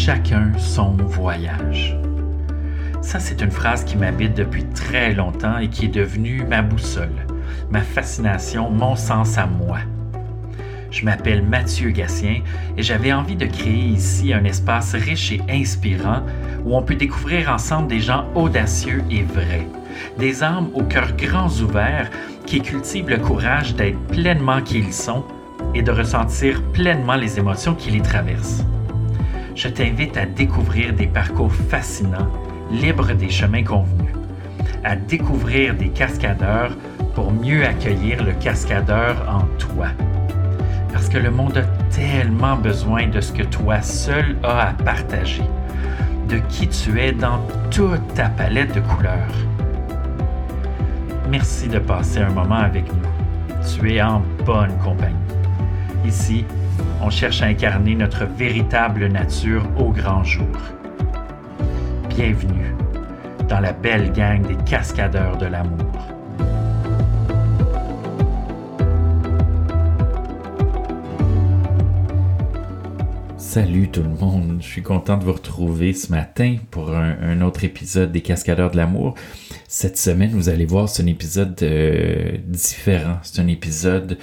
chacun son voyage. Ça, c'est une phrase qui m'habite depuis très longtemps et qui est devenue ma boussole, ma fascination, mon sens à moi. Je m'appelle Mathieu Gatien et j'avais envie de créer ici un espace riche et inspirant où on peut découvrir ensemble des gens audacieux et vrais, des âmes au cœur grands ouverts qui cultivent le courage d'être pleinement qui ils sont et de ressentir pleinement les émotions qui les traversent. Je t'invite à découvrir des parcours fascinants, libres des chemins convenus, à découvrir des cascadeurs pour mieux accueillir le cascadeur en toi. Parce que le monde a tellement besoin de ce que toi seul as à partager, de qui tu es dans toute ta palette de couleurs. Merci de passer un moment avec nous. Tu es en bonne compagnie. Ici, on cherche à incarner notre véritable nature au grand jour. Bienvenue dans la belle gang des cascadeurs de l'amour. Salut tout le monde, je suis content de vous retrouver ce matin pour un autre épisode des Cascadeurs de l'amour. Cette semaine, vous allez voir, c'est un épisode différent. C'est un épisode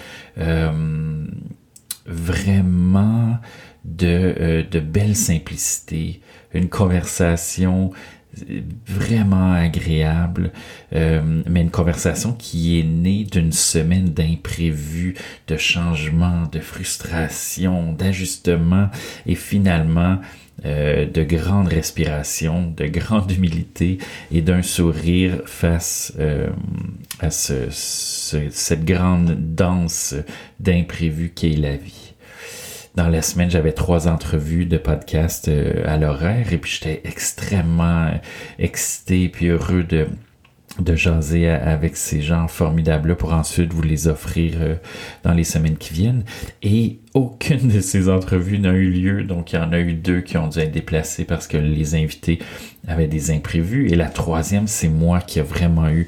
vraiment de belle simplicité, une conversation vraiment agréable, mais une conversation qui est née d'une semaine d'imprévus, de changements, de frustration, d'ajustements et finalement de grande respiration, de grande humilité et d'un sourire face à cette grande danse d'imprévus qu'est la vie. Dans la semaine, j'avais 3 entrevues de podcast à l'horaire et puis j'étais extrêmement excité puis heureux de jaser avec ces gens formidables-là pour ensuite vous les offrir dans les semaines qui viennent. Et aucune de ces entrevues n'a eu lieu, donc il y en a eu 2 qui ont dû être déplacées parce que les invités avaient des imprévus. Et la 3e, c'est moi qui a vraiment eu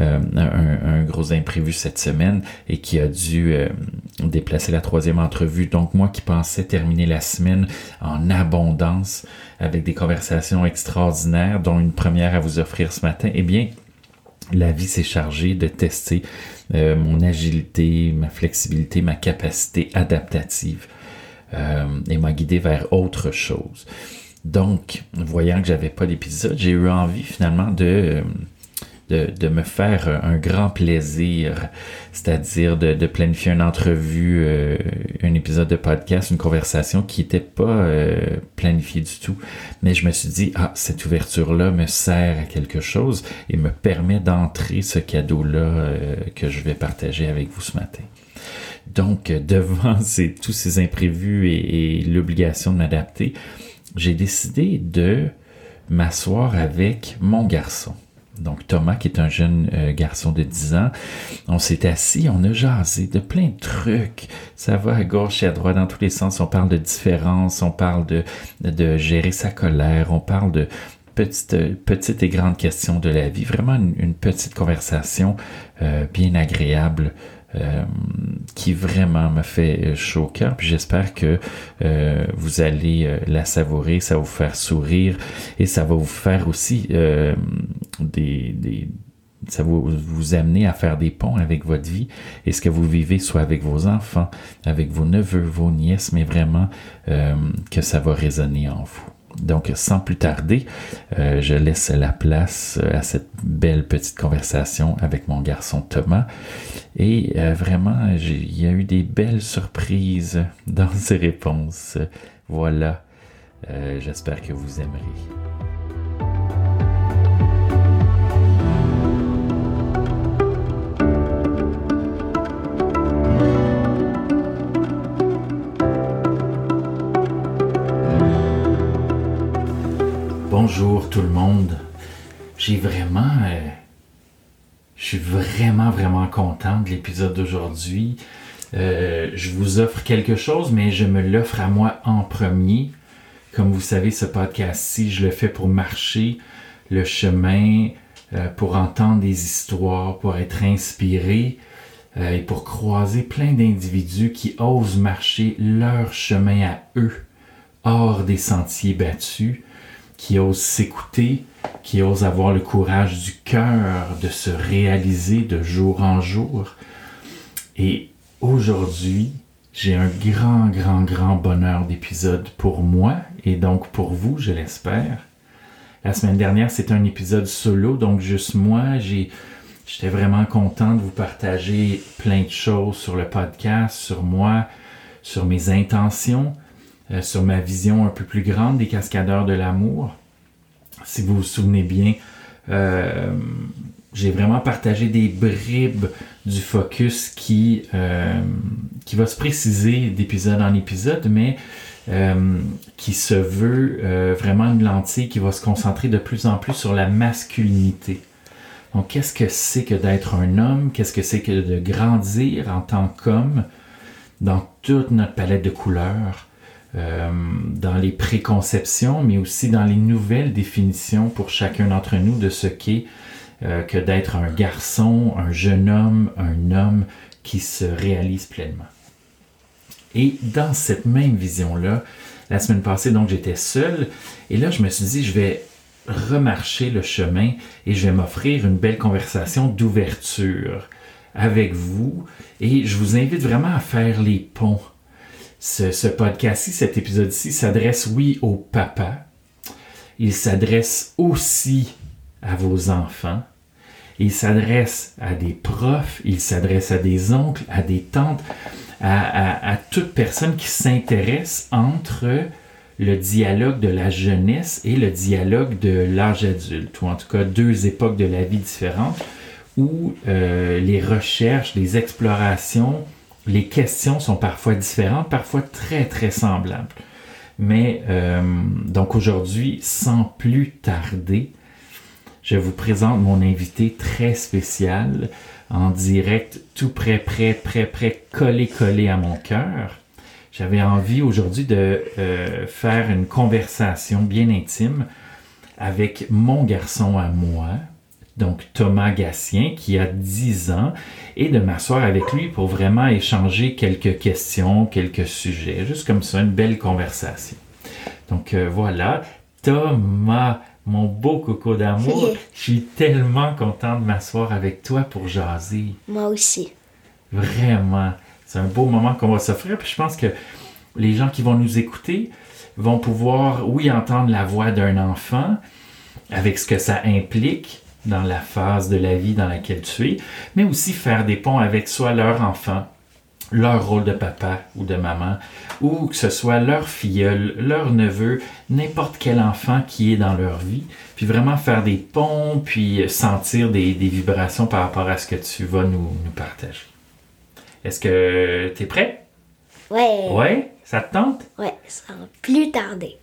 un gros imprévu cette semaine et qui a dû déplacer la 3e entrevue. Donc moi qui pensais terminer la semaine en abondance avec des conversations extraordinaires, dont une première à vous offrir ce matin, eh bien, la vie s'est chargée de tester mon agilité, ma flexibilité, ma capacité adaptative et m'a guidé vers autre chose. Donc, voyant que j'avais pas d'épisode, j'ai eu envie finalement de me faire un grand plaisir, c'est-à-dire de planifier une entrevue, un épisode de podcast, une conversation qui n'était pas planifiée du tout. Mais je me suis dit, cette ouverture-là me sert à quelque chose et me permet d'entrer ce cadeau-là que je vais partager avec vous ce matin. Donc, devant tous ces imprévus et l'obligation de m'adapter, j'ai décidé de m'asseoir avec mon garçon. Donc Thomas, qui est un jeune garçon de 10 ans, on s'est assis, on a jasé de plein de trucs. Ça va à gauche et à droite dans tous les sens. On parle de différences, on parle de gérer sa colère, on parle de petites et grandes questions de la vie. Vraiment une petite conversation bien agréable qui vraiment me fait chaud au cœur. Puis j'espère que vous allez la savourer, ça va vous faire sourire et ça va vous faire aussi ça va vous amener à faire des ponts avec votre vie et ce que vous vivez, soit avec vos enfants, avec vos neveux, vos nièces, mais vraiment que ça va résonner en vous. Donc, sans plus tarder, je laisse la place à cette belle petite conversation avec mon garçon Thomas. Et vraiment, il y a eu des belles surprises dans ses réponses. Voilà, j'espère que vous aimerez. Bonjour tout le monde. Je suis vraiment content de l'épisode d'aujourd'hui. Je vous offre quelque chose, mais je me l'offre à moi en premier. Comme vous savez, ce podcast-ci, je le fais pour marcher le chemin, pour entendre des histoires, pour être inspiré et pour croiser plein d'individus qui osent marcher leur chemin à eux, hors des sentiers battus, qui osent s'écouter, qui osent avoir le courage du cœur de se réaliser de jour en jour. Et aujourd'hui, j'ai un grand bonheur d'épisode pour moi et donc pour vous, je l'espère. La semaine dernière, c'était un épisode solo, donc juste moi. J'étais vraiment content de vous partager plein de choses sur le podcast, sur moi, sur mes intentions, sur ma vision un peu plus grande des Cascadeurs de l'amour. Si vous vous souvenez bien, j'ai vraiment partagé des bribes du focus qui va se préciser d'épisode en épisode, mais qui se veut vraiment une lentille qui va se concentrer de plus en plus sur la masculinité. Donc, qu'est-ce que c'est que d'être un homme? Qu'est-ce que c'est que de grandir en tant qu'homme dans toute notre palette de couleurs? Dans les préconceptions, mais aussi dans les nouvelles définitions pour chacun d'entre nous de ce qu'est que d'être un garçon, un jeune homme, un homme qui se réalise pleinement. Et dans cette même vision-là, la semaine passée, donc j'étais seul, et là je me suis dit, je vais remarcher le chemin et je vais m'offrir une belle conversation d'ouverture avec vous, et je vous invite vraiment à faire les ponts. Ce podcast-ci, cet épisode-ci s'adresse, oui, aux papas. Il s'adresse aussi à vos enfants. Il s'adresse à des profs. Il s'adresse à des oncles, à des tantes, à toute personne qui s'intéresse entre le dialogue de la jeunesse et le dialogue de l'âge adulte, ou en tout cas deux époques de la vie différentes, où les recherches, les explorations, les questions sont parfois différentes, parfois très semblables. Mais donc aujourd'hui, sans plus tarder, je vous présente mon invité très spécial, en direct, tout près, collé à mon cœur. J'avais envie aujourd'hui de faire une conversation bien intime avec mon garçon à moi, donc Thomas Gatien, qui a 10 ans, et de m'asseoir avec lui pour vraiment échanger quelques questions, quelques sujets, juste comme ça, une belle conversation. Donc voilà, Thomas, mon beau coco d'amour, je suis tellement content de m'asseoir avec toi pour jaser. Moi aussi. Vraiment, c'est un beau moment qu'on va s'offrir, puis je pense que les gens qui vont nous écouter vont pouvoir, oui, entendre la voix d'un enfant, avec ce que ça implique, dans la phase de la vie dans laquelle tu es, mais aussi faire des ponts avec soit leur enfant, leur rôle de papa ou de maman, ou que ce soit leur filleul, leur neveu, n'importe quel enfant qui est dans leur vie, puis vraiment faire des ponts, puis sentir des vibrations par rapport à ce que tu vas nous partager. Est-ce que tu es prêt? Ouais. Ouais? Ça te tente? Ouais, sans plus tarder.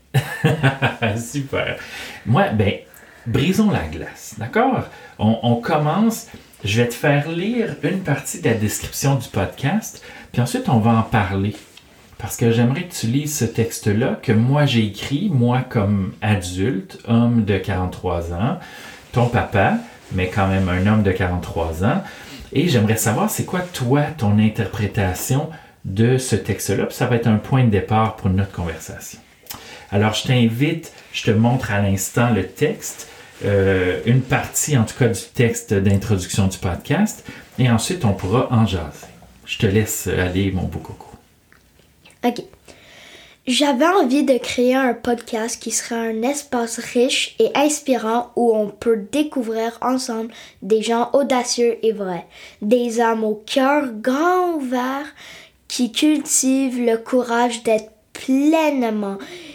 Super. Moi, brisons la glace, d'accord? On commence, je vais te faire lire une partie de la description du podcast, puis ensuite on va en parler. Parce que j'aimerais que tu lises ce texte-là que moi j'ai écrit, moi comme adulte, homme de 43 ans, ton papa, mais quand même un homme de 43 ans, et j'aimerais savoir c'est quoi toi, ton interprétation de ce texte-là, puis ça va être un point de départ pour notre conversation. Alors je t'invite, je te montre à l'instant le texte, une partie en tout cas du texte d'introduction du podcast, et ensuite on pourra en jaser. Je te laisse aller, mon beau coco. OK. J'avais envie de créer un podcast qui serait un espace riche et inspirant où on peut découvrir ensemble des gens audacieux et vrais, des âmes au cœur grand ouvert qui cultivent le courage d'être pleinement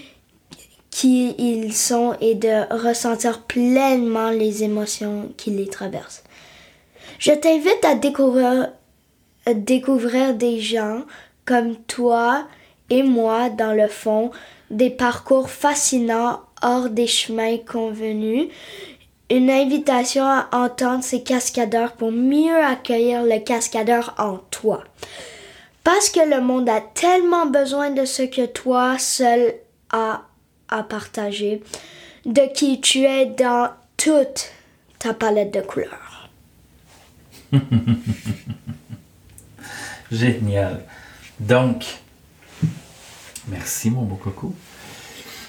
qui ils sont et de ressentir pleinement les émotions qui les traversent. Je t'invite à découvrir des gens comme toi et moi dans le fond, des parcours fascinants hors des chemins convenus, une invitation à entendre ces cascadeurs pour mieux accueillir le cascadeur en toi. Parce que le monde a tellement besoin de ce que toi seul as à partager, de qui tu es dans toute ta palette de couleurs. Génial. Donc, merci mon beau coco.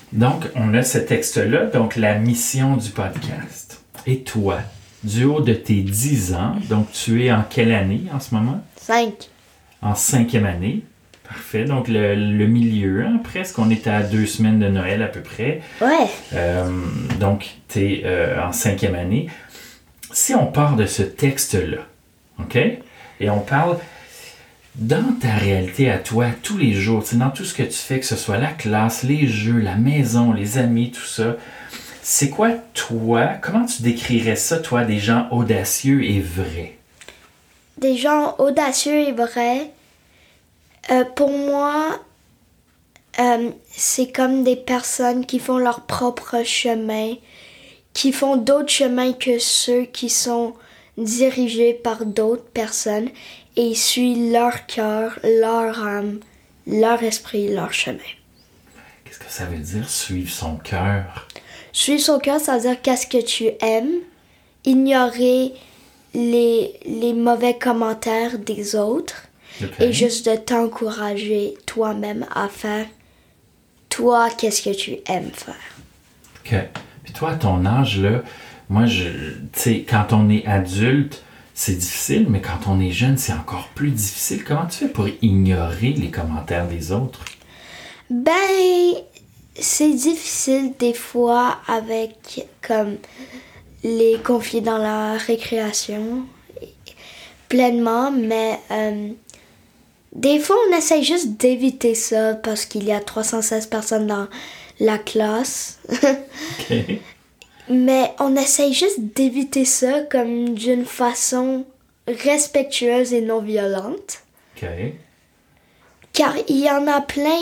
Donc, on a ce texte-là, donc la mission du podcast. Et toi, du haut de tes 10 ans, donc tu es en quelle année en ce moment? 5. En 5e année. Parfait. Donc, le milieu, hein, presque. On est à 2 semaines de Noël à peu près. Ouais. Donc, tu es en 5e année. Si on part de ce texte-là, OK? Et on parle dans ta réalité à toi, tous les jours, dans tout ce que tu fais, que ce soit la classe, les jeux, la maison, les amis, tout ça, c'est quoi, toi, comment tu décrirais ça, toi, des gens audacieux et vrais? Des gens audacieux et vrais, pour moi, c'est comme des personnes qui font leur propre chemin, qui font d'autres chemins que ceux qui sont dirigés par d'autres personnes et ils suivent leur cœur, leur âme, leur esprit, leur chemin. Qu'est-ce que ça veut dire, suivre son cœur? Suivre son cœur, ça veut dire qu'est-ce que tu aimes, ignorer les mauvais commentaires des autres et juste de t'encourager toi-même à faire toi, qu'est-ce que tu aimes faire. OK. Puis toi, à ton âge, là, moi, tu sais, quand on est adulte, c'est difficile, mais quand on est jeune, c'est encore plus difficile. Comment tu fais pour ignorer les commentaires des autres? Ben, c'est difficile des fois avec comme les conflits dans la récréation pleinement, mais des fois on essaie juste d'éviter ça parce qu'il y a 316 personnes dans la classe. OK. Mais on essaie juste d'éviter ça comme d'une façon respectueuse et non violente. OK. Car il y en a plein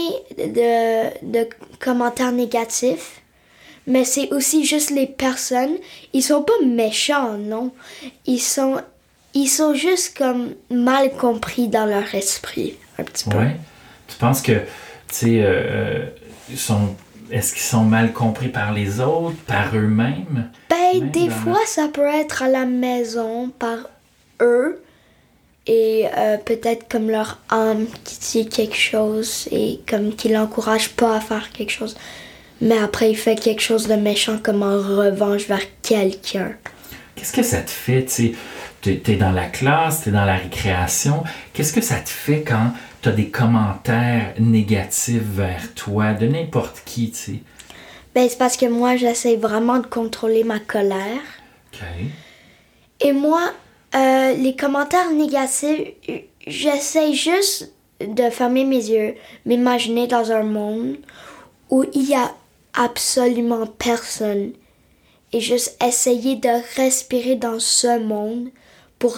de commentaires négatifs, mais c'est aussi juste les personnes. Ils sont pas méchants, non. Ils sont juste comme mal compris dans leur esprit, un petit peu. Ouais. Tu penses que, tu sais, est-ce qu'ils sont mal compris par les autres, par eux-mêmes? Ben, des fois, ça peut être à la maison par eux et peut-être comme leur âme qui dit quelque chose et comme qui l'encourage pas à faire quelque chose. Mais après, il fait quelque chose de méchant comme en revanche vers quelqu'un. Qu'est-ce que ça te fait, tu sais? T'es dans la classe, t'es dans la récréation. Qu'est-ce que ça te fait quand t'as des commentaires négatifs vers toi, de n'importe qui, tu sais? Ben, c'est parce que moi, j'essaie vraiment de contrôler ma colère. OK. Et moi, les commentaires négatifs, j'essaie juste de fermer mes yeux, m'imaginer dans un monde où il y a absolument personne et juste essayer de respirer dans ce monde pour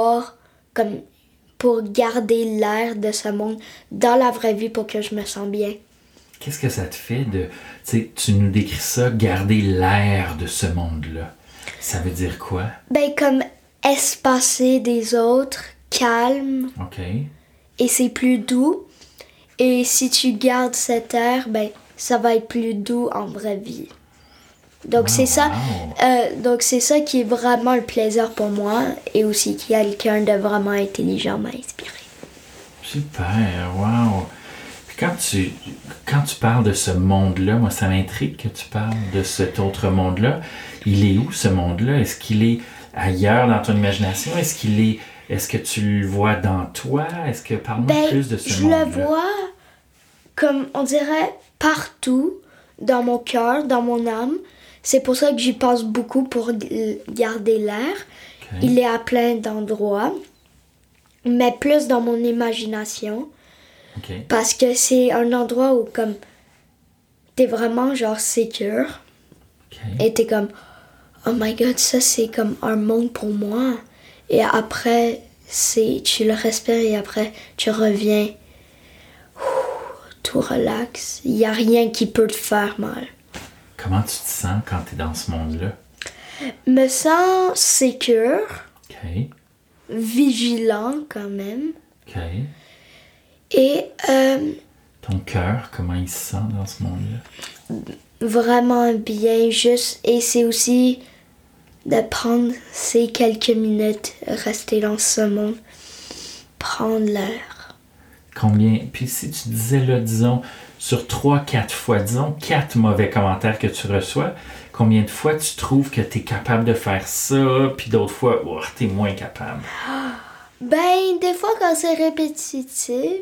garder l'air de ce monde dans la vraie vie pour que je me sente bien. Qu'est-ce que ça te fait de... Tu nous décris ça, garder l'air de ce monde-là. Ça veut dire quoi? Ben, comme espacer des autres, calme. OK. Et c'est plus doux. Et si tu gardes cet air, ben, ça va être plus doux en vraie vie. Donc, c'est ça. Donc, c'est ça qui est vraiment le plaisir pour moi. Et aussi quelqu'un de vraiment intelligent m'a inspiré. Super, wow. Puis quand tu parles de ce monde-là, moi, ça m'intrigue que tu parles de cet autre monde-là. Il est où, ce monde-là? Est-ce qu'il est ailleurs dans ton imagination? Est-ce que tu le vois dans toi? Parle-moi plus de ce monde-là. Je le vois comme, on dirait, partout, dans mon cœur, dans mon âme. C'est pour ça que j'y pense beaucoup pour garder l'air. Okay. Il est à plein d'endroits, mais plus dans mon imagination. Okay. Parce que c'est un endroit où comme t'es vraiment genre sécure. Okay. Et t'es comme, oh my god, ça c'est comme un monde pour moi. Et après, tu le respires et après tu reviens. Tout relax. Il n'y a rien qui peut te faire mal. Comment tu te sens quand tu es dans ce monde-là? Me sens sécure. OK. Vigilant quand même. OK. Et ton cœur, comment il se sent dans ce monde-là? Vraiment bien, juste. Et c'est aussi de prendre ces quelques minutes, rester dans ce monde, prendre l'air. Combien? Puis si tu disais, là, disons, sur 3-4 fois, disons 4 mauvais commentaires que tu reçois, combien de fois tu trouves que tu es capable de faire ça, puis d'autres fois, oh, tu es moins capable? Ben, des fois, quand c'est répétitif,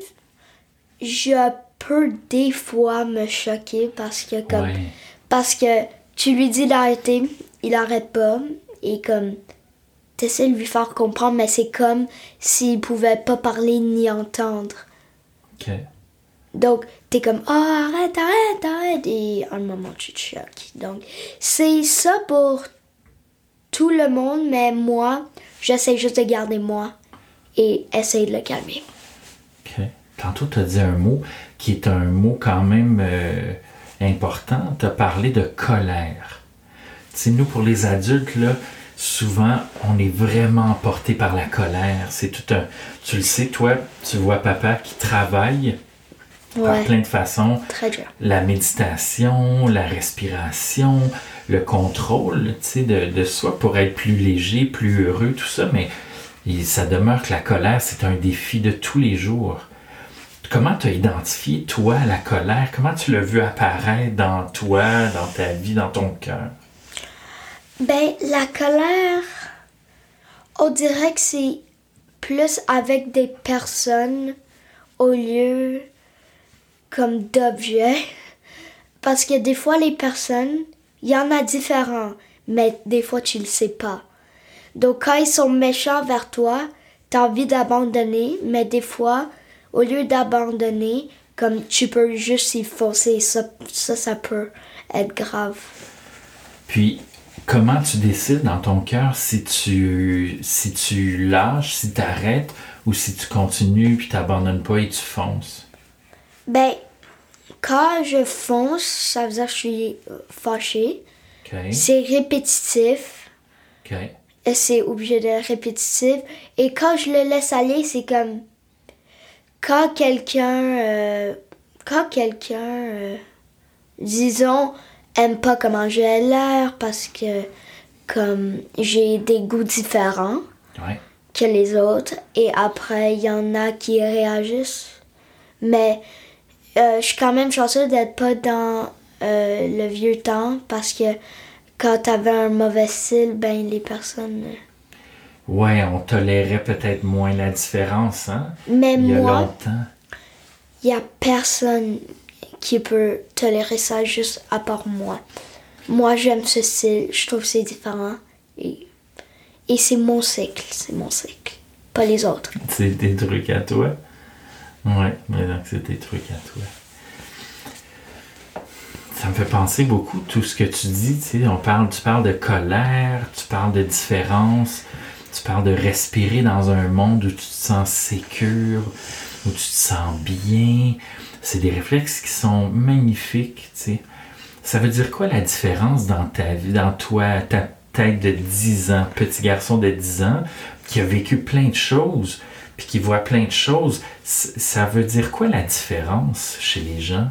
je peux des fois me choquer parce que parce que tu lui dis d'arrêter, il arrête pas, et comme t'essaies de lui faire comprendre, mais c'est comme s'il pouvait pas parler ni entendre. OK. Donc, t'es comme, arrête, et à un moment, tu te choques. Donc, c'est ça pour tout le monde, mais moi, j'essaie juste de garder moi et essayer de le calmer. OK. Tantôt, tu as dit un mot qui est un mot quand même important. Tu as parlé de colère. Tu sais, nous, pour les adultes, là, souvent, on est vraiment emporté par la colère. C'est tout un... Tu le sais, toi, tu vois papa qui travaille par plein de façons. Très dur. La méditation, la respiration, le contrôle, tu sais, de soi pour être plus léger, plus heureux, tout ça, mais ça demeure que la colère, c'est un défi de tous les jours. Comment tu as identifié, toi, la colère? Comment tu l'as vu apparaître dans toi, dans ta vie, dans ton cœur? Ben, la colère, on dirait que c'est plus avec des personnes au lieu comme d'objets. Parce que des fois, les personnes, il y en a différents, mais des fois, tu le sais pas. Donc, quand ils sont méchants vers toi, t'as envie d'abandonner, mais des fois, au lieu d'abandonner, comme tu peux juste y foncer, ça peut être grave. Puis, comment tu décides dans ton cœur si tu lâches, si tu arrêtes, ou si tu continues puis t'abandonnes pas et tu fonces? Ben, quand je fonce, ça veut dire que je suis fâchée. Okay. C'est répétitif. Okay. Et c'est obligé d'être répétitif. Et quand je le laisse aller, c'est comme... Quand quelqu'un, disons, aime pas comment j'ai l'air parce que comme j'ai des goûts différents que les autres, et après, il y en a qui réagissent. Mais je suis quand même chanceuse d'être pas dans le vieux temps parce que quand t'avais un mauvais style, ben les personnes... Ouais, on tolérait peut-être moins la différence, hein? Mais il y a moi, longtemps. Il y a personne qui peut tolérer ça juste à part moi. Moi, j'aime ce style, je trouve que c'est différent. Et c'est mon cycle, pas les autres. C'est tes trucs à toi? Ouais, mais donc c'est tes trucs à toi. Ça me fait penser beaucoup tout ce que tu dis, tu sais, tu parles de colère, tu parles de différence, tu parles de respirer dans un monde où tu te sens sécure, où tu te sens bien. C'est des réflexes qui sont magnifiques, tu sais. Ça veut dire quoi la différence dans ta vie, dans toi, ta tête de 10 ans, petit garçon de 10 ans, qui a vécu plein de choses, puis qui voit plein de choses? Ça veut dire quoi la différence chez les gens?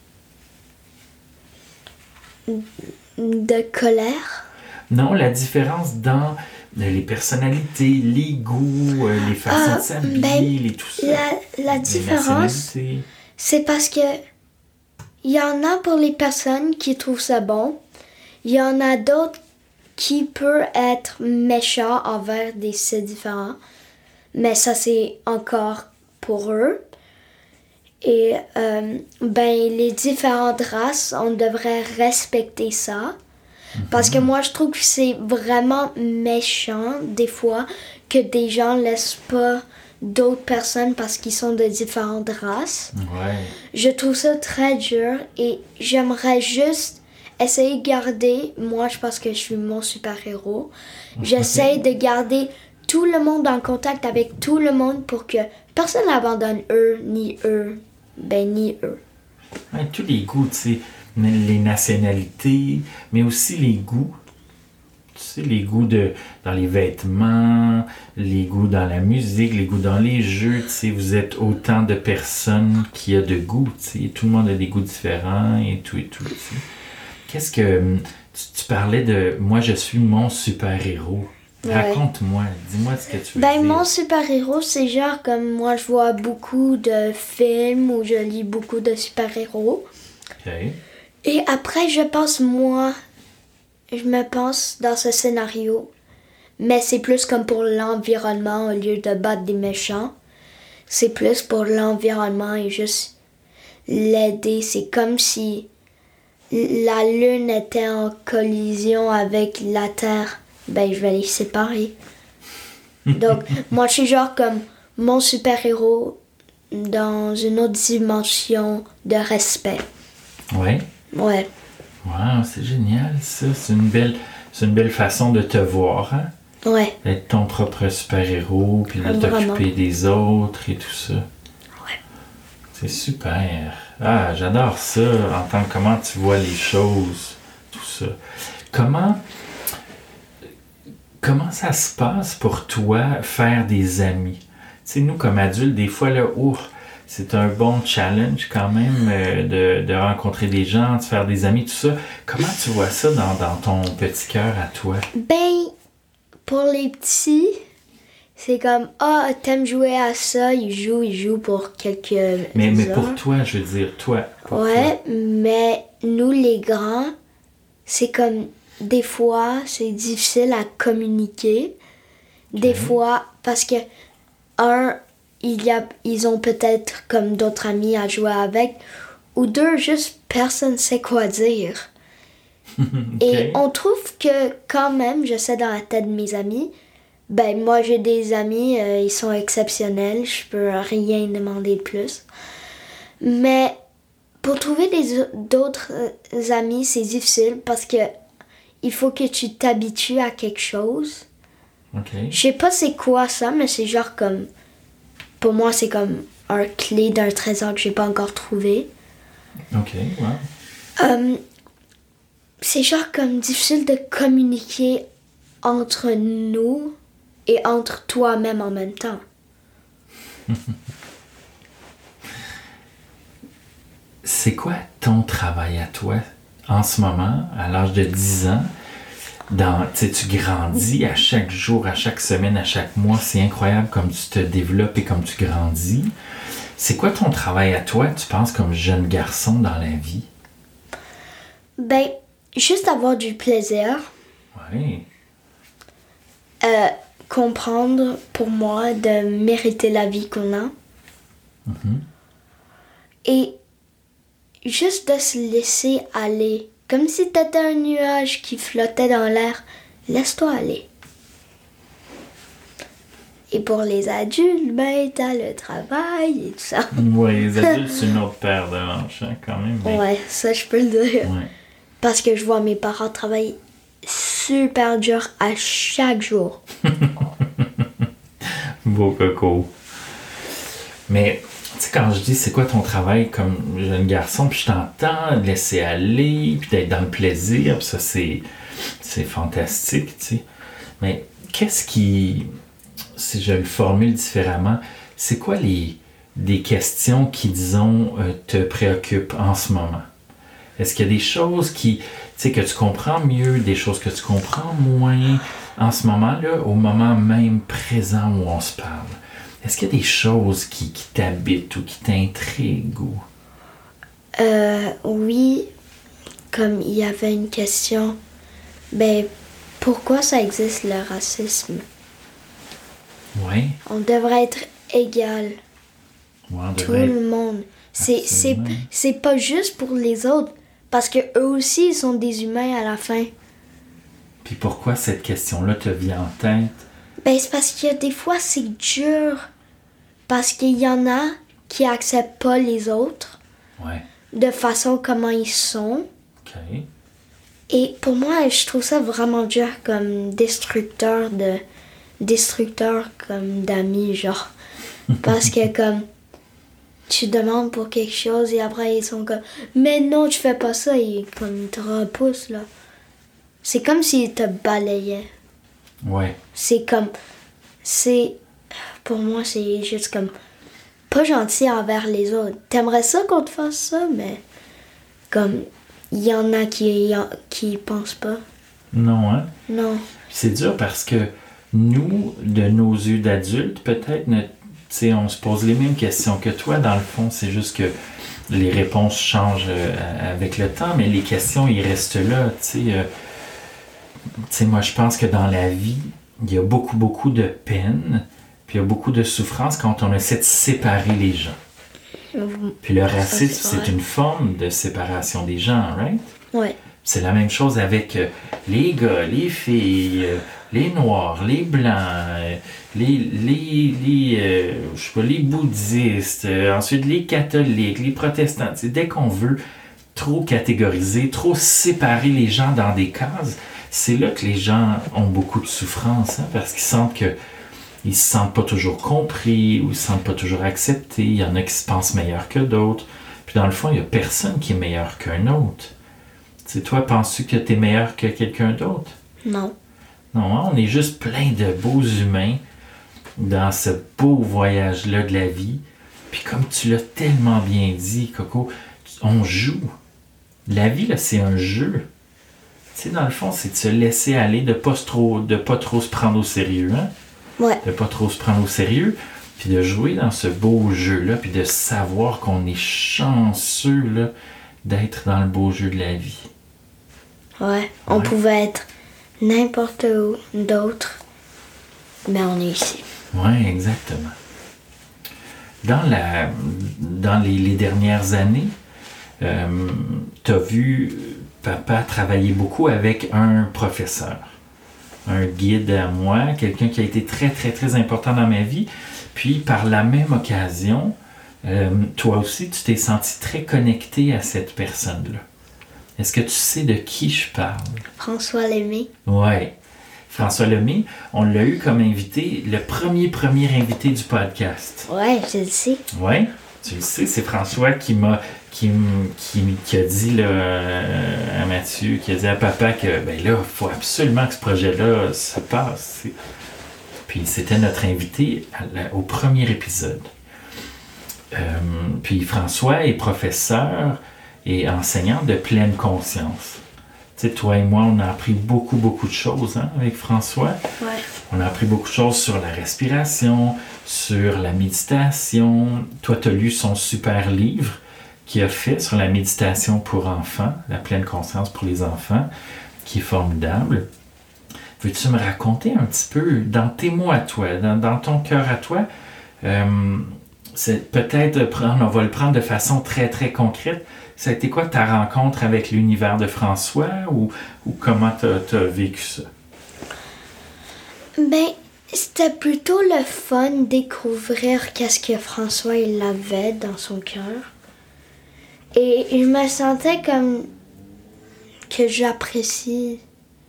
De colère? Non, la différence dans les personnalités, les goûts, les façons de s'habiller, tout ça. La différence, c'est parce que il y en a pour les personnes qui trouvent ça bon. Il y en a d'autres qui peuvent être méchants envers des styles différents. Mais ça, c'est encore pour eux. Et les différentes races, on devrait respecter ça. Parce que moi, je trouve que c'est vraiment méchant, des fois, que des gens laissent pas d'autres personnes parce qu'ils sont de différentes races. Ouais. Je trouve ça très dur et j'aimerais juste essayer de garder, moi, je pense que je suis mon super-héros, j'essaie de garder tout le monde en contact avec tout le monde pour que personne n'abandonne ni eux. Ouais, tous les goûts, tu sais, les nationalités, mais aussi les goûts. Tu sais, les goûts dans les vêtements, les goûts dans la musique, les goûts dans les jeux. Tu sais, vous êtes autant de personnes qui a de goûts. Tu sais, tout le monde a des goûts différents et tout. Tu sais. Qu'est-ce que... Tu parlais de... Moi, je suis mon super-héros. Ouais. Raconte-moi, dis-moi ce que tu veux Ben, dire. mon super-héros, c'est genre comme moi, je vois beaucoup de films ou je lis beaucoup de super-héros. OK. Et après, je me pense dans ce scénario. Mais c'est plus comme pour l'environnement au lieu de battre des méchants. C'est plus pour l'environnement et juste l'aider. C'est comme si la Lune était en collision avec la Terre. Ben, je vais les séparer. Donc, moi, je suis genre comme mon super-héros dans une autre dimension de respect. Ouais. Ouais, Wow, c'est génial, ça. C'est une belle façon de te voir, hein? ouais, D'être ton propre super-héros, puis de Vraiment. t'occuper des autres et tout ça. Ouais. C'est super. Ah, j'adore ça, entendre comment tu vois les choses, tout ça. Comment ça se passe pour toi, faire des amis? Tu sais, nous, comme adultes, des fois, là, c'est un bon challenge quand même de rencontrer des gens, de faire des amis, tout ça. Comment tu vois ça dans ton petit cœur à toi? Ben, pour les petits, c'est comme, ah, t'aimes jouer à ça, ils jouent pour quelques Mais heures. pour toi, je veux dire, toi. Pour Ouais, mais nous, les grands, c'est comme, des fois, c'est difficile à communiquer. Des fois, parce que, ils ont peut-être comme d'autres amis à jouer avec, ou deux, juste personne sait quoi dire. toi. Et Ok. on trouve que quand même, je sais dans la tête de mes amis, ben moi j'ai des amis, ils sont exceptionnels, je peux rien demander de plus. Mais pour trouver d'autres amis, c'est difficile parce que il faut que tu t'habitues à quelque chose. OK. Je sais pas c'est quoi ça, mais c'est genre comme, pour moi c'est comme un clé d'un trésor que j'ai pas encore trouvé. OK, wow. C'est genre comme difficile de communiquer entre nous et entre toi-même en même temps. C'est quoi ton travail à toi en ce moment, à l'âge de 10 ans? Tu sais, tu grandis à chaque jour, à chaque semaine, à chaque mois. C'est incroyable comme tu te développes et comme tu grandis. C'est quoi ton travail à toi, tu penses, comme jeune garçon dans la vie? Ben, juste avoir du plaisir, Oui. comprendre pour moi de mériter la vie qu'on a. Et juste de se laisser aller. Comme si t'étais un nuage qui flottait dans l'air. Laisse-toi aller. Et pour les adultes, ben, t'as le travail et tout ça. Oui, les adultes, c'est une autre paire de manches, hein, quand même. Mais... Ouais, ça je peux le dire. Ouais. Parce que je vois mes parents travailler super dur à chaque jour. Beau coco. Mais, tu sais, quand je dis c'est quoi ton travail comme jeune garçon, puis je t'entends laisser aller, puis d'être dans le plaisir, puis ça, c'est fantastique, tu sais. Mais qu'est-ce qui, si je le formule différemment, c'est quoi des questions qui, disons, te préoccupent en ce moment? Est-ce qu'il y a des choses qui, tu sais, que tu comprends mieux, des choses que tu comprends moins en ce moment-là, au moment même présent où on se parle? Est-ce qu'il y a des choses qui t'habitent ou qui t'intriguent? Ou... Oui, comme il y avait une question, ben, pourquoi ça existe le racisme? Oui, On devrait être égal, on tout devrait... le monde. Absolument. C'est pas juste pour les autres, parce que eux aussi ils sont des humains à la fin. Puis pourquoi cette question-là te vient en tête? Ben, c'est parce que des fois c'est dur, parce qu'il y en a qui acceptent pas les autres Ouais, de façon comment ils sont. OK. Et pour moi, je trouve ça vraiment dur comme destructeur comme d'amis, genre. Parce que comme tu demandes pour quelque chose et après ils sont comme mais non, tu fais pas ça et comme ils te repoussent là. C'est comme s'ils te balayaient. Ouais, C'est pour moi c'est juste comme pas gentil envers les autres. T'aimerais ça qu'on te fasse ça, mais comme il y en a qui pensent pas. non, hein? Non. C'est dur parce que nous, de nos yeux d'adultes, peut-être, on se pose les mêmes questions que toi. Dans le fond, c'est juste que les réponses changent avec le temps, mais les questions, ils restent là. Moi, je pense que dans la vie, il y a beaucoup, beaucoup de peine, puis il y a beaucoup de souffrance quand on essaie de séparer les gens. Puis le racisme, c'est une forme de séparation des gens, right? Ouais. C'est la même chose avec les gars, les filles, les noirs, les blancs, les bouddhistes, ensuite les catholiques, les protestants. Dès qu'on veut trop catégoriser, trop séparer les gens dans des cases, c'est là que les gens ont beaucoup de souffrance, parce qu'ils sentent que ils se sentent pas toujours compris ou ils se sentent pas toujours acceptés. Il y en a qui se pensent meilleurs que d'autres. Puis dans le fond, il n'y a personne qui est meilleur qu'un autre. Toi, penses-tu que tu es meilleur que quelqu'un d'autre? Non. Non, on est juste plein de beaux humains dans ce beau voyage-là de la vie. Puis comme tu l'as tellement bien dit, Coco, on joue. La vie, là, c'est un jeu. Dans le fond, c'est de se laisser aller, de pas trop se prendre au sérieux, hein? Ouais. De pas trop se prendre au sérieux, puis de jouer dans ce beau jeu-là, puis de savoir qu'on est chanceux là, d'être dans le beau jeu de la vie. Ouais, on pouvait être n'importe où d'autre, mais on est ici. Oui, exactement. Dans les dernières années, tu as vu papa travailler beaucoup avec un professeur, un guide à moi, quelqu'un qui a été très, très, très important dans ma vie. Puis, par la même occasion, toi aussi, tu t'es senti très connecté à cette personne-là. Est-ce que tu sais de qui je parle? François Lemay. Oui. François Lemay, on l'a eu comme invité, le premier invité du podcast. Ouais, je le sais. Oui, tu le sais, c'est François qui a dit là, à Mathieu, qui a dit à papa que ben là, il faut absolument que ce projet-là se passe. Puis c'était notre invité au premier épisode. Puis François est professeur et enseignant de pleine conscience. Tu sais, toi et moi, on a appris beaucoup, beaucoup de choses avec François. Ouais. On a appris beaucoup de choses sur la respiration, sur la méditation. Toi, tu as lu son super livre qu'il a fait sur la méditation pour enfants, la pleine conscience pour les enfants, qui est formidable. Veux-tu me raconter un petit peu, dans tes mots à toi, dans ton cœur à toi, c'est peut-être, on va le prendre de façon très, très concrète. Ça a été quoi ta rencontre avec l'univers de François ou comment t'as vécu ça? Ben, c'était plutôt le fun de découvrir qu'est-ce que François il avait dans son cœur. Et je me sentais comme que j'apprécie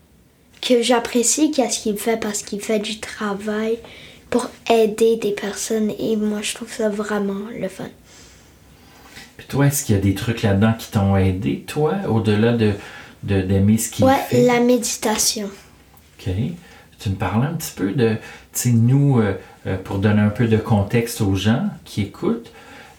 qu'est-ce qu'il fait parce qu'il fait du travail pour aider des personnes et moi je trouve ça vraiment le fun. Puis toi, est-ce qu'il y a des trucs là-dedans qui t'ont aidé, toi, au-delà d'aimer ce qu'il fait? Ouais, la méditation. OK. Tu me parlais un petit peu de, tu sais, nous, pour donner un peu de contexte aux gens qui écoutent,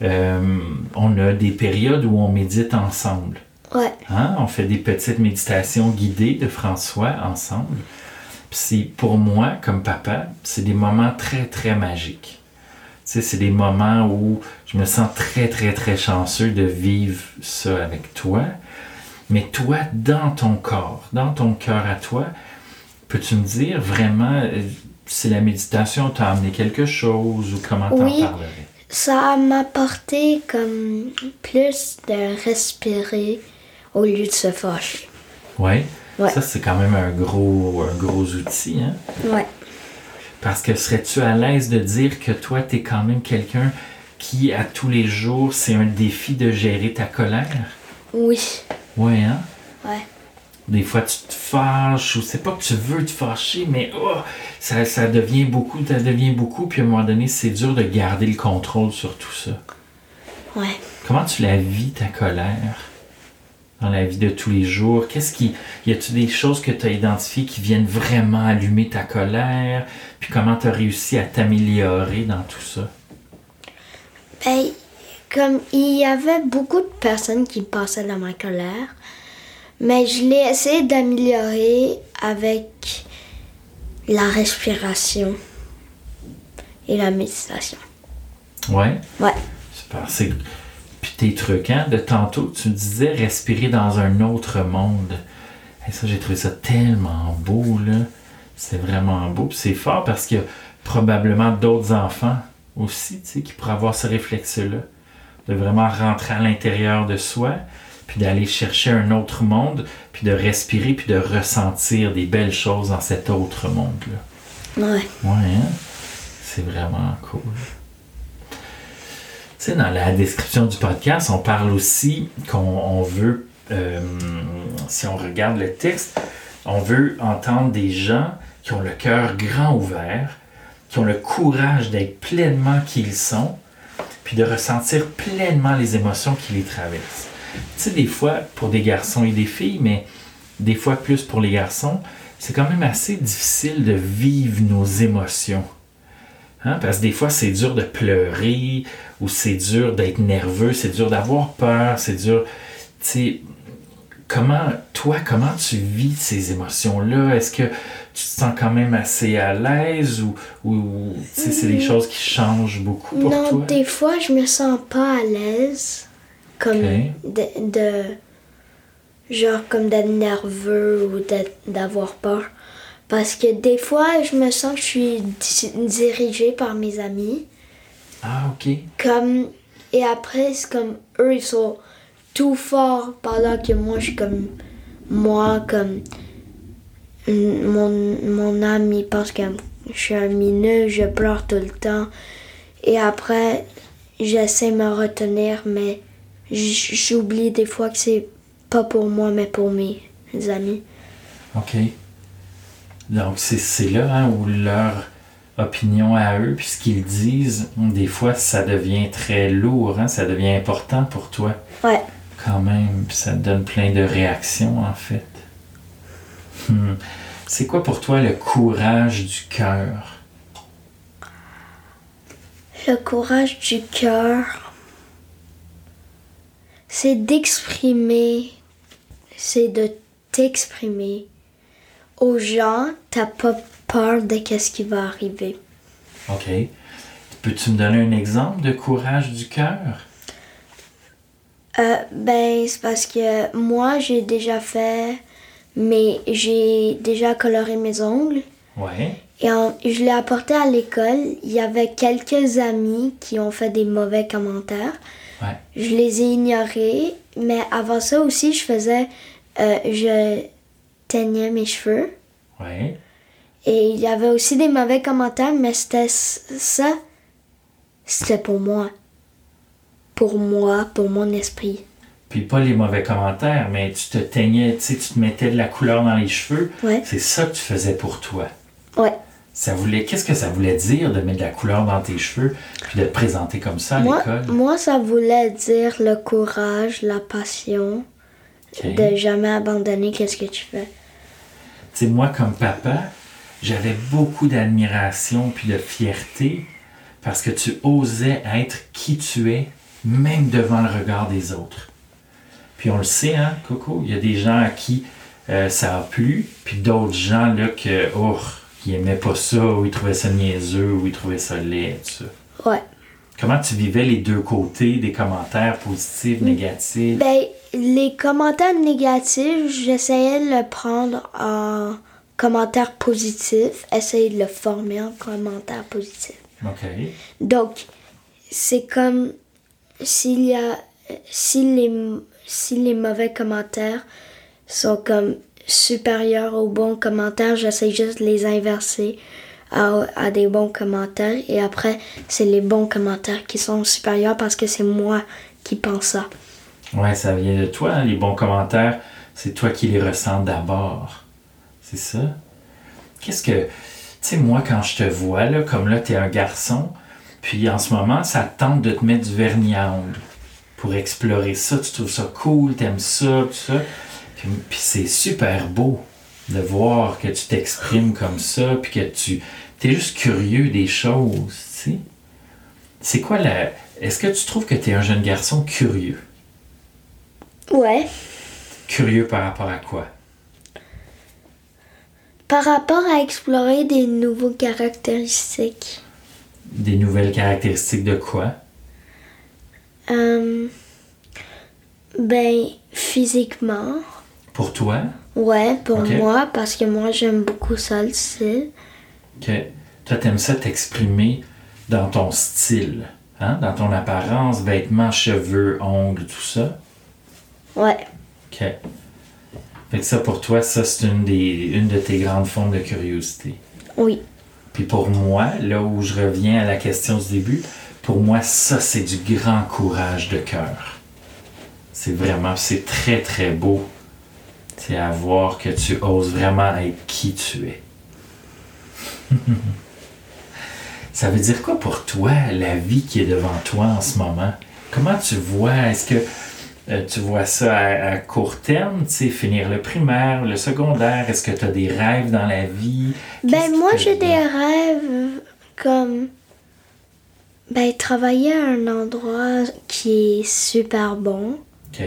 on a des périodes où on médite ensemble. Ouais. Hein? On fait des petites méditations guidées de François ensemble. Puis pour moi, comme papa, c'est des moments très, très magiques. Tu sais, c'est des moments où je me sens très, très, très chanceux de vivre ça avec toi. Mais toi, dans ton corps, dans ton cœur à toi, peux-tu me dire vraiment si la méditation t'a amené quelque chose ou comment t'en parlerais? Ça m'a apporté comme plus de respirer au lieu de se fâcher. Oui? Ouais. Ça, c'est quand même un gros outil, hein? Ouais. Parce que serais-tu à l'aise de dire que toi, t'es quand même quelqu'un qui, à tous les jours, c'est un défi de gérer ta colère? Oui. Oui, hein? Ouais. Des fois, tu te fâches, ou c'est pas que tu veux te fâcher, mais ça devient beaucoup, puis à un moment donné, c'est dur de garder le contrôle sur tout ça. Ouais. Comment tu la vis, ta colère, dans la vie de tous les jours? Y a-tu des choses que tu as identifiées qui viennent vraiment allumer ta colère? Puis comment tu as réussi à t'améliorer dans tout ça? Ben, comme il y avait beaucoup de personnes qui passaient dans ma colère, mais je l'ai essayé d'améliorer avec la respiration et la méditation. Ouais? Ouais. Super. Puis tes trucs, hein? De tantôt, tu disais respirer dans un autre monde. Et ça, j'ai trouvé ça tellement beau, là. C'est vraiment beau. Puis c'est fort parce qu'il y a probablement d'autres enfants aussi, tu sais, qui pourraient avoir ce réflexe-là. De vraiment rentrer à l'intérieur de soi, puis d'aller chercher un autre monde, puis de respirer, puis de ressentir des belles choses dans cet autre monde-là. Ouais. Ouais, hein? C'est vraiment cool. Tu sais, dans la description du podcast, on parle aussi qu'on veut, si on regarde le texte, on veut entendre des gens qui ont le cœur grand ouvert, qui ont le courage d'être pleinement qui ils sont, puis de ressentir pleinement les émotions qui les traversent. Tu sais, des fois, pour des garçons et des filles, mais des fois plus pour les garçons, c'est quand même assez difficile de vivre nos émotions. Hein? Parce que des fois, c'est dur de pleurer, ou c'est dur d'être nerveux, c'est dur d'avoir peur, c'est dur... Tu sais, comment tu vis ces émotions-là? Est-ce que tu te sens quand même assez à l'aise ou tu sais, c'est des choses qui changent beaucoup pour toi? Non, des fois, je me sens pas à l'aise. Comme genre comme d'être nerveux ou d'avoir peur. Parce que des fois, je me sens que je suis dirigée par mes amis. Ah, ok. Et après, c'est comme eux, ils sont tout forts pendant que moi, je suis comme... Moi, comme... Mon ami pense que je suis un mineux, je pleure tout le temps. Et après, j'essaie de me retenir, mais j'oublie des fois que c'est pas pour moi, mais pour mes amis. OK. Donc, c'est là hein, où leur opinion à eux, puis ce qu'ils disent, des fois, ça devient très lourd, hein, ça devient important pour toi. Ouais. Quand même, puis ça te donne plein de réactions, en fait. C'est quoi pour toi le courage du cœur? Le courage du cœur, c'est d'exprimer, c'est de t'exprimer aux gens, t'as pas peur de qu'est-ce qui va arriver. OK. Peux-tu me donner un exemple de courage du cœur? C'est parce que moi, j'ai déjà coloré mes ongles. Ouais. Et je l'ai apporté à l'école. Il y avait quelques amis qui ont fait des mauvais commentaires. Ouais. Je les ai ignorés. Mais avant ça aussi, je teignais mes cheveux. Ouais. Et il y avait aussi des mauvais commentaires, mais c'était pour moi. Pour moi, pour mon esprit. Puis pas les mauvais commentaires, mais tu te teignais, tu sais, tu te mettais de la couleur dans les cheveux. Ouais. C'est ça que tu faisais pour toi. Ouais. Qu'est-ce que ça voulait dire de mettre de la couleur dans tes cheveux puis de te présenter comme ça à l'école? Moi, ça voulait dire le courage, la passion, de jamais abandonner qu'est-ce que tu fais. Tu sais, moi, comme papa, j'avais beaucoup d'admiration puis de fierté parce que tu osais être qui tu es, même devant le regard des autres. Puis on le sait, hein, Coco, il y a des gens à qui ça a plu, puis d'autres gens là qui aimaient pas ça, ou ils trouvaient ça niaiseux, ou ils trouvaient ça laid, tout ça. Ouais. Comment tu vivais les deux côtés des commentaires positifs, négatifs? Les commentaires négatifs, j'essayais de le prendre en commentaire positif, essayer de le former en commentaire positif. OK. Donc, c'est comme si les mauvais commentaires sont comme supérieurs aux bons commentaires, j'essaie juste de les inverser à des bons commentaires. Et après, c'est les bons commentaires qui sont supérieurs parce que c'est moi qui pense ça. Ouais, ça vient de toi, hein, les bons commentaires, c'est toi qui les ressens d'abord. C'est ça? Qu'est-ce que... Tu sais, moi, quand je te vois, là, comme là, t'es un garçon, puis en ce moment, ça te tente de te mettre du vernis à ongles pour explorer ça. Tu trouves ça cool, t'aimes ça, tout ça. Puis c'est super beau de voir que tu t'exprimes comme ça, puis que t'es juste curieux des choses, tu sais. C'est quoi Est-ce que tu trouves que t'es un jeune garçon curieux? Ouais. Curieux par rapport à quoi? Par rapport à explorer des nouvelles caractéristiques. Des nouvelles caractéristiques de quoi? Physiquement. Pour toi? Ouais, pour Ok. moi, parce que moi, j'aime beaucoup ça, le style. OK. Toi, t'aimes ça t'exprimer dans ton style, hein? Dans ton apparence, vêtements, cheveux, ongles, tout ça? Ouais. OK. Fait que ça, pour toi, ça, c'est une de tes grandes formes de curiosité. Oui. Puis pour moi, là où je reviens à la question du début, pour moi, ça, c'est du grand courage de cœur. C'est très, très beau. C'est à voir que tu oses vraiment être qui tu es. Ça veut dire quoi pour toi, la vie qui est devant toi en ce moment? Comment tu vois? Est-ce que tu vois ça à court terme, tu sais, finir le primaire, le secondaire? Est-ce que tu as des rêves dans la vie? Moi, j'ai des rêves comme travailler à un endroit qui est super bon. OK.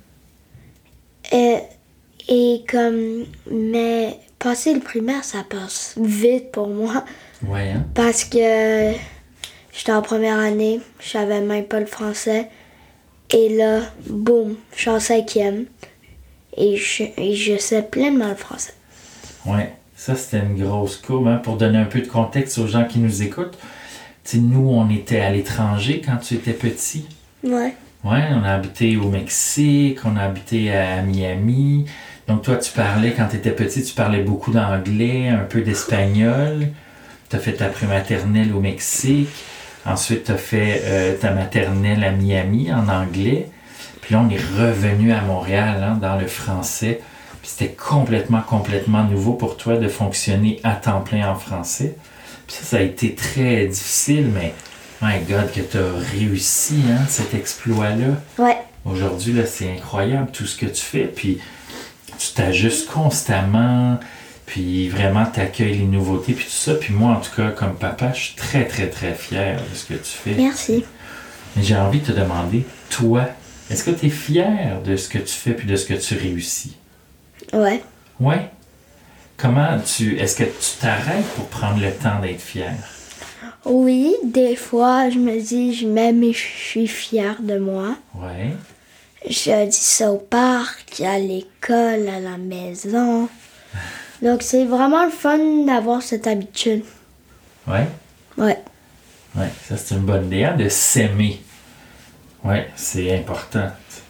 Mais passer le primaire, ça passe vite pour moi. Ouais, hein? Parce que j'étais en première année, je savais même pas le français. Et là, boum, je suis en 5e. Et je sais pleinement le français. Ouais. Ça, c'était une grosse courbe, hein? Pour donner un peu de contexte aux gens qui nous écoutent. Tu sais, nous, on était à l'étranger quand tu étais petit. Ouais. Ouais, on a habité au Mexique, on a habité à Miami. Donc toi, tu parlais, quand tu étais petit, tu parlais beaucoup d'anglais, un peu d'espagnol. Tu as fait ta prématernelle au Mexique. Ensuite, tu as fait ta maternelle à Miami en anglais. Puis là, on est revenu à Montréal, hein, dans le français. Puis c'était complètement nouveau pour toi de fonctionner à temps plein en français. Puis ça a été très difficile, mais my God, que tu as réussi, hein, cet exploit-là. Ouais. Aujourd'hui, là, c'est incroyable tout ce que tu fais. Puis tu t'ajustes constamment. Puis vraiment, tu accueilles les nouveautés. Puis tout ça. Puis moi, en tout cas, comme papa, je suis très, très, très fier de ce que tu fais. Merci. Mais j'ai envie de te demander, toi, est-ce que tu es fier de ce que tu fais puis de ce que tu réussis? Ouais. Ouais? Est-ce que tu t'arrêtes pour prendre le temps d'être fier? Oui, des fois, je me dis, je suis fière de moi. Ouais. Je dis ça au parc, à l'école, à la maison. Donc, c'est vraiment le fun d'avoir cette habitude. Ouais? Ouais. Ouais, ça c'est une bonne idée, hein, de s'aimer. Ouais, c'est important.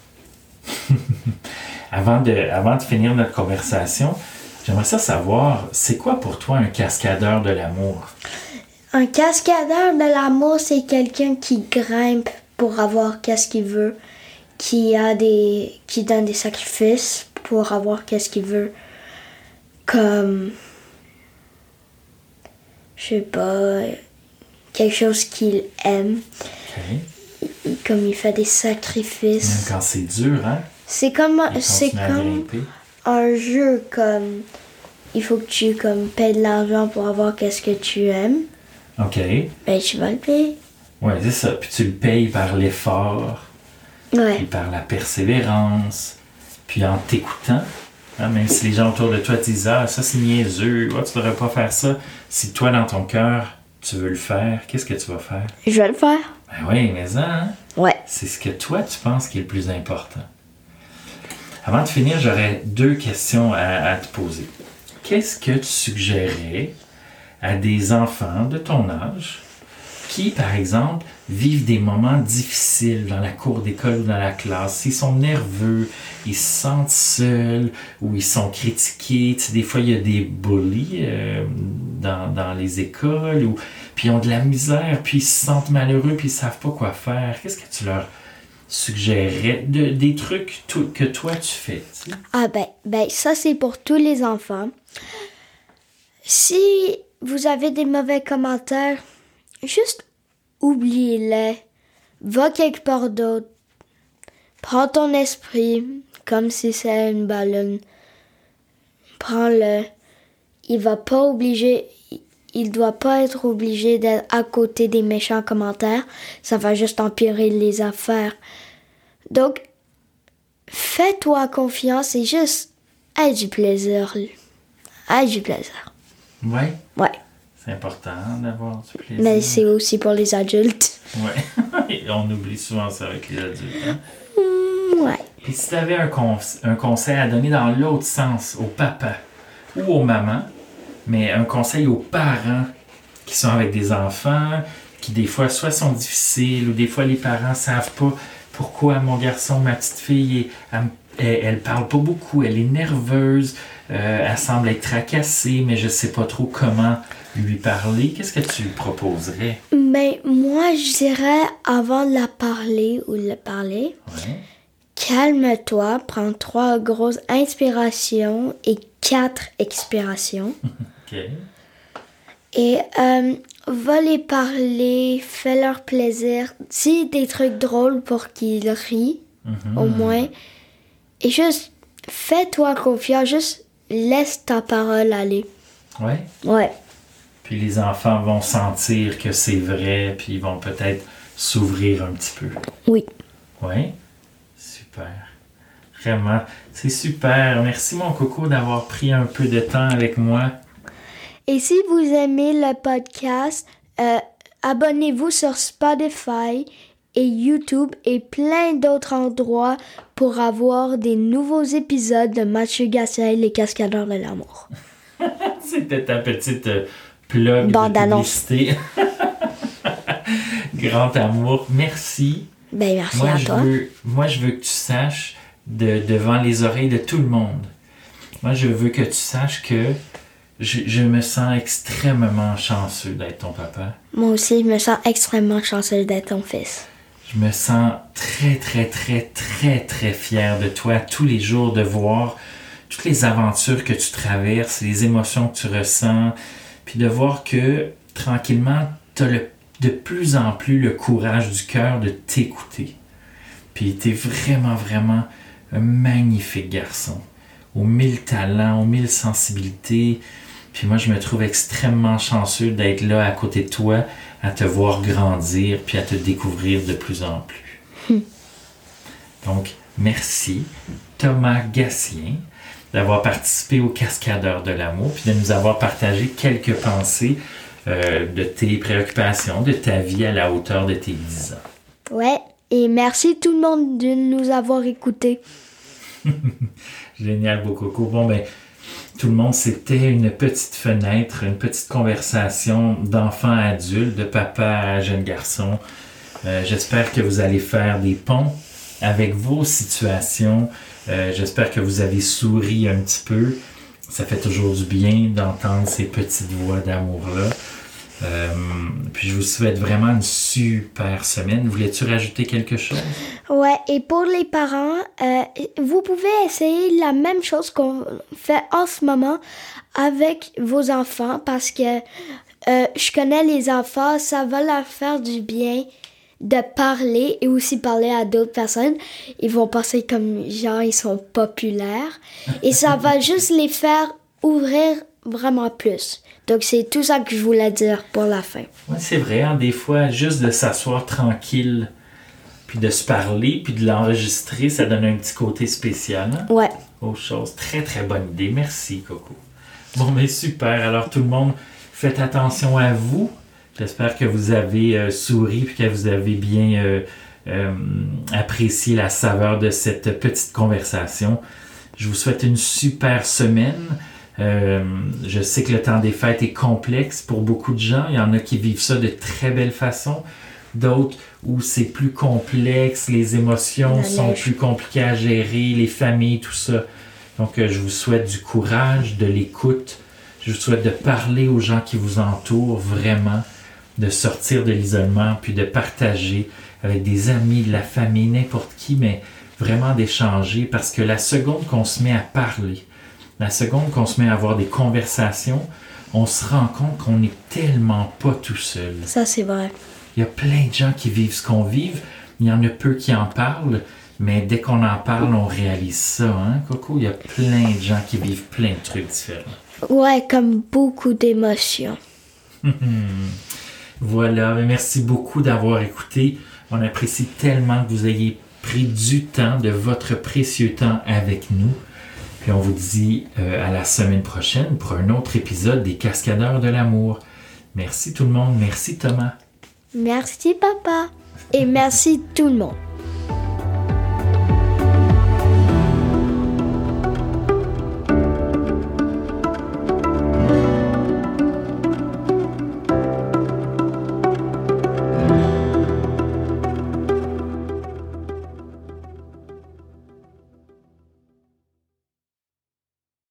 Avant de finir notre conversation, j'aimerais ça savoir, c'est quoi pour toi un cascadeur de l'amour? Un cascadeur de l'amour, c'est quelqu'un qui grimpe pour avoir qu'est-ce qu'il veut, qui donne des sacrifices pour avoir qu'est-ce qu'il veut. Comme, je sais pas, quelque chose qu'il aime. OK. Comme il fait des Même sacrifices. quand c'est dur, hein? C'est comme Il continue à grimper. un jeu, comme il faut que tu paies de l'argent pour avoir qu'est-ce que tu aimes. OK. Ben tu vas le payer. Ouais, c'est ça. Puis tu le payes par l'effort, puis Ouais. par la persévérance, puis en t'écoutant. Hein, même si les gens autour de toi te disent « Ah, ça c'est niaiseux, ah, tu devrais pas faire ça. » Si toi, dans ton cœur, tu veux le faire, qu'est-ce que tu vas faire? Je vais le faire. Ben oui, mais ça, hein? Ouais. C'est ce que toi, tu penses qui est le plus important. Avant de finir, j'aurais 2 questions à te poser. Qu'est-ce que tu suggérerais à des enfants de ton âge qui, par exemple, vivent des moments difficiles dans la cour d'école ou dans la classe? S'ils sont nerveux, ils se sentent seuls ou ils sont critiqués. Tu sais, des fois, il y a des bullies dans les écoles, puis ils ont de la misère, puis ils se sentent malheureux, puis ils ne savent pas quoi faire. Qu'est-ce que tu leur suggérerais? Des trucs que toi, tu fais, tu sais? Ah ben ça c'est pour tous les enfants. Si vous avez des mauvais commentaires, juste oubliez-les. Va quelque part d'autre. Prends ton esprit comme si c'était une ballonne. Prends-le. Il doit pas être obligé d'être à côté des méchants commentaires. Ça va juste empirer les affaires. Donc, fais-toi confiance et juste aie du plaisir a du plaisir. Ouais. Ouais. C'est important d'avoir du plaisir. Mais c'est aussi pour les adultes. Ouais. On oublie souvent ça avec les adultes. Hein? Ouais. Puis si tu avais un conseil à donner dans l'autre sens, au papa ou aux mamans, mais un conseil aux parents qui sont avec des enfants, qui des fois soit sont difficiles ou des fois les parents ne savent pas pourquoi mon garçon, ma petite fille, elle parle pas beaucoup, elle est nerveuse, elle semble être tracassée, mais je sais pas trop comment lui parler. Qu'est-ce que tu proposerais? Mais moi, je dirais, avant de la parler ou de le parler, Ouais. calme-toi, prends 3 grosses inspirations et 4 expirations. OK. Et va les parler, fais leur plaisir, dis des trucs drôles pour qu'ils rient, au moins. Et juste, fais-toi confiance, juste laisse ta parole aller. Ouais. Ouais. Puis les enfants vont sentir que c'est vrai, puis ils vont peut-être s'ouvrir un petit peu. Oui. Oui? Super. Vraiment, c'est super. Merci mon coco d'avoir pris un peu de temps avec moi. Et si vous aimez le podcast, abonnez-vous sur Spotify et YouTube et plein d'autres endroits pour avoir des nouveaux épisodes de Mathieu Gassiel, les cascadeurs de l'amour. C'était ta petite plug Bande-annonce. de publicité. Grand amour. Merci. Ben, merci à toi. Moi, je veux que tu saches devant les oreilles de tout le monde. Moi, je veux que tu saches que je me sens extrêmement chanceux d'être ton papa. Moi aussi, je me sens extrêmement chanceux d'être ton fils. Je me sens très, très, très, très, très fier de toi tous les jours, de voir toutes les aventures que tu traverses, les émotions que tu ressens, puis de voir que, tranquillement, tu as de plus en plus le courage du cœur de t'écouter. Puis tu es vraiment, vraiment un magnifique garçon, aux 1000 talents, aux 1000 sensibilités. Puis moi, je me trouve extrêmement chanceux d'être là à côté de toi, à te voir grandir, puis à te découvrir de plus en plus. Donc, merci Thomas Gassien d'avoir participé au Cascadeur de l'amour, puis de nous avoir partagé quelques pensées de tes préoccupations, de ta vie à la hauteur de tes 10 ans. Ouais, et merci tout le monde de nous avoir écoutés. Génial, beau coco. Bon, ben, tout le monde, c'était une petite fenêtre, une petite conversation d'enfant à adulte, de papa à jeune garçon. J'espère que vous allez faire des ponts avec vos situations. J'espère que vous avez souri un petit peu. Ça fait toujours du bien d'entendre ces petites voix d'amour-là. Puis je vous souhaite vraiment une super semaine. Voulais-tu rajouter quelque chose? Ouais, et pour les parents, vous pouvez essayer la même chose qu'on fait en ce moment avec vos enfants parce que je connais les enfants, ça va leur faire du bien de parler et aussi parler à d'autres personnes. Ils vont penser comme genre ils sont populaires et ça va juste les faire ouvrir vraiment plus. Donc c'est tout ça que je voulais dire pour la fin. Oui, c'est vrai, hein, des fois, juste de s'asseoir tranquille, puis de se parler, puis de l'enregistrer, ça donne un petit côté spécial. Hein? Ouais. Autre chose, très très bonne idée. Merci Coco. Bon, mais super. Alors tout le monde, faites attention à vous. J'espère que vous avez souri puis que vous avez bien apprécié la saveur de cette petite conversation. Je vous souhaite une super semaine. Je sais que le temps des fêtes est complexe pour beaucoup de gens. Il y en a qui vivent ça de très belle façon. D'autres où c'est plus complexe, les émotions sont plus compliquées à gérer, les familles, tout ça. Donc, je vous souhaite du courage, de l'écoute. Je vous souhaite de parler aux gens qui vous entourent vraiment, de sortir de l'isolement, puis de partager avec des amis, de la famille, n'importe qui, mais vraiment d'échanger, parce que la seconde qu'on se met à parler, la seconde qu'on se met à avoir des conversations, on se rend compte qu'on n'est tellement pas tout seul. Ça, c'est vrai. Il y a plein de gens qui vivent ce qu'on vit. Il y en a peu qui en parlent, mais dès qu'on en parle, on réalise ça, hein, Coco? Il y a plein de gens qui vivent plein de trucs différents. Ouais, comme beaucoup d'émotions. Voilà, merci beaucoup d'avoir écouté. On apprécie tellement que vous ayez pris du temps, de votre précieux temps avec nous. Puis on vous dit à la semaine prochaine pour un autre épisode des Cascadeurs de l'amour. Merci tout le monde. Merci Thomas. Merci papa. Et merci tout le monde.